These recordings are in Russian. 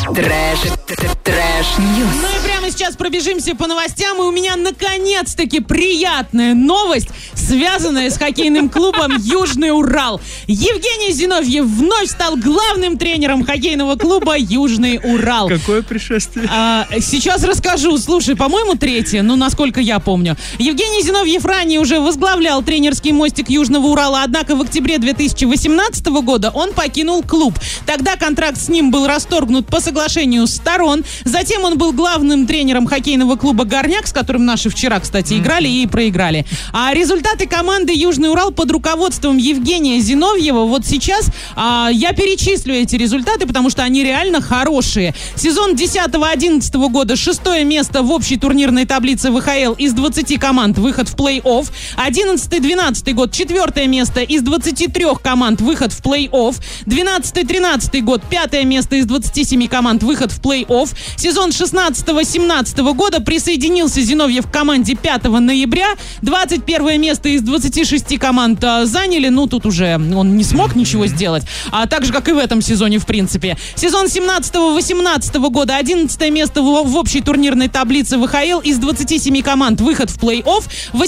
Трэш-ньюс. Мы прямо сейчас пробежимся по новостям, и у меня наконец-таки приятная новость, связанная с хоккейным клубом «Южный Урал». Евгений Зиновьев вновь стал главным тренером хоккейного клуба «Южный Урал». Какое пришествие? Сейчас расскажу. Слушай, по-моему, третье, насколько я помню. Евгений Зиновьев ранее уже возглавлял тренерский мостик Южного Урала, однако в октябре 2018 года он покинул клуб. Тогда контракт с ним был расторгнут по соглашению сторон. Затем он был главным тренером хоккейного клуба «Горняк», с которым наши вчера, кстати, играли и проиграли. А результаты команды «Южный Урал» под руководством Евгения Зиновьева, вот сейчас я перечислю эти результаты, потому что они реально хорошие. Сезон 10-11 года 6-е место в общей турнирной таблице ВХЛ из 20 команд, выход в плей-офф. 11-12 год 4-е место из 23 команд, выход в плей-офф. 12-13 год 5-е место из 27 команд, выход в плей-офф. Сезон 16-17 года присоединился Зиновьев к команде 5 ноября. 21 место из 26 команд заняли. Тут уже он не смог ничего сделать. Так же, как и в этом сезоне, в принципе. Сезон 17-18 года 11 место в общей турнирной таблице ВХЛ из 27 команд, выход в плей-офф.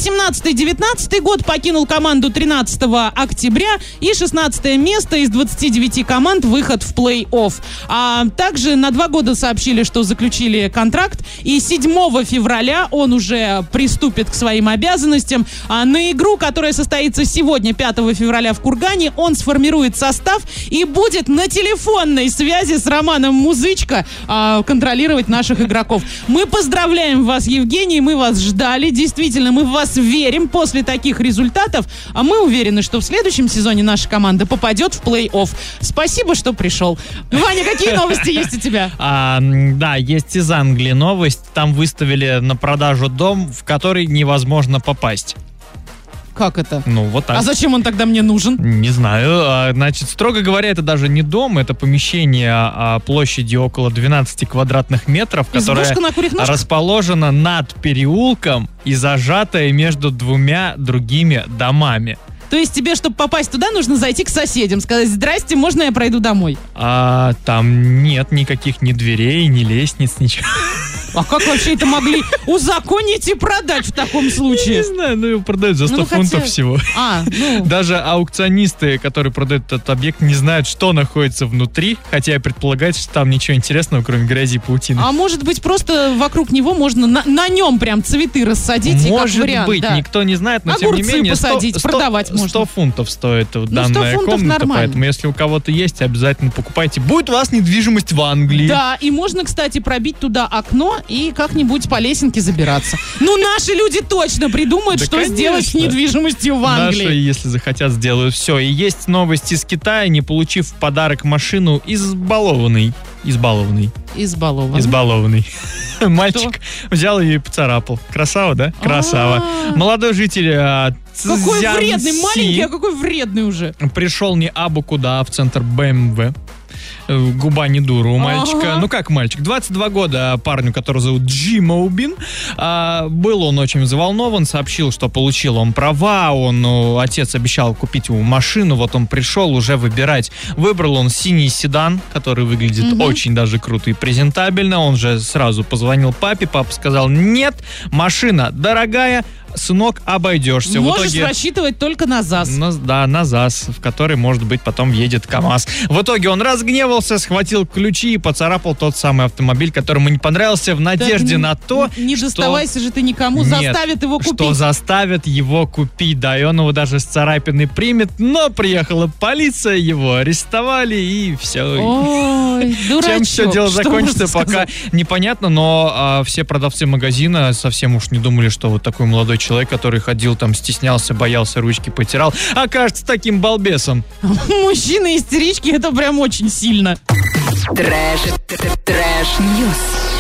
18-19 год покинул команду 13 октября. И 16 место из 29 команд, выход в плей-офф. Также на 2 года сообщили, что заключили контракт, и 7 февраля он уже приступит к своим обязанностям. На игру, которая состоится сегодня, 5 февраля в Кургане, он сформирует состав и будет на телефонной связи с Романом Музычко контролировать наших игроков. Мы поздравляем вас, Евгений, мы вас ждали, действительно, мы в вас верим. После таких результатов мы уверены, что в следующем сезоне наша команда попадет в плей-офф. Спасибо, что пришел. Ваня, какие новости есть у тебя? Да, есть из Англии новость. Там выставили на продажу дом, в который невозможно попасть. Как это? Вот так. А зачем он тогда мне нужен? Не знаю. Значит, строго говоря, это даже не дом, это помещение площадью около 12 квадратных метров, которое расположено над переулком и зажатое между 2 другими домами. То есть тебе, чтобы попасть туда, нужно зайти к соседям, сказать: здрасте, можно я пройду домой? Там нет никаких ни дверей, ни лестниц, ничего. А как вообще это могли узаконить и продать в таком случае? Не знаю, его продают за 100 фунтов всего. Даже аукционисты, которые продают этот объект, не знают, что находится внутри, хотя и предполагают, что там ничего интересного, кроме грязи и паутины. А может быть, просто вокруг него можно на нем прям цветы рассадить? Может вариант, быть, никто не знает, но тем не менее посадить, продавать можно. 100 фунтов стоит данная комната, нормально. Поэтому если у кого-то есть, обязательно покупайте. Будет у вас недвижимость в Англии. Да, и можно, кстати, пробить туда окно и как-нибудь по лесенке забираться. Наши люди точно придумают, что сделать с недвижимостью в Англии. Наши, если захотят, сделают все. И есть новость из Китая, не получив в подарок машину, избалованный. Мальчик взял ее и поцарапал. Красава, да? Красава. Молодой житель какой вредный, маленький, а какой вредный уже. Пришел не абы куда, а в центр БМВ. Губа не дура у мальчика. Как мальчик? 22 года парню, которого зовут Джи Моубин. Был он очень взволнован, сообщил, что получил он права. Отец обещал купить ему машину. Вот он пришел уже выбирать. Выбрал он синий седан, который выглядит очень даже круто и презентабельно. Он же сразу позвонил папе. Папа сказал: нет, машина дорогая, сынок, обойдешься. Можешь рассчитывать только на ЗАЗ. На ЗАЗ, в который, может быть, потом едет КамАЗ. В итоге он разгневался, схватил ключи и поцарапал тот самый автомобиль, который ему не понравился, в надежде на то, не доставайся же ты никому, заставят его купить. Что заставят его купить, да, и он его даже с царапиной примет, но приехала полиция, его арестовали, и все. Ой, дурачок. Чем все дело закончится, пока непонятно, но все продавцы магазина совсем уж не думали, что вот такой молодой человек, который ходил там, стеснялся, боялся, ручки потирал, окажется таким балбесом. Мужчины-истерички, это прям очень сильно. Трэш-ньюс.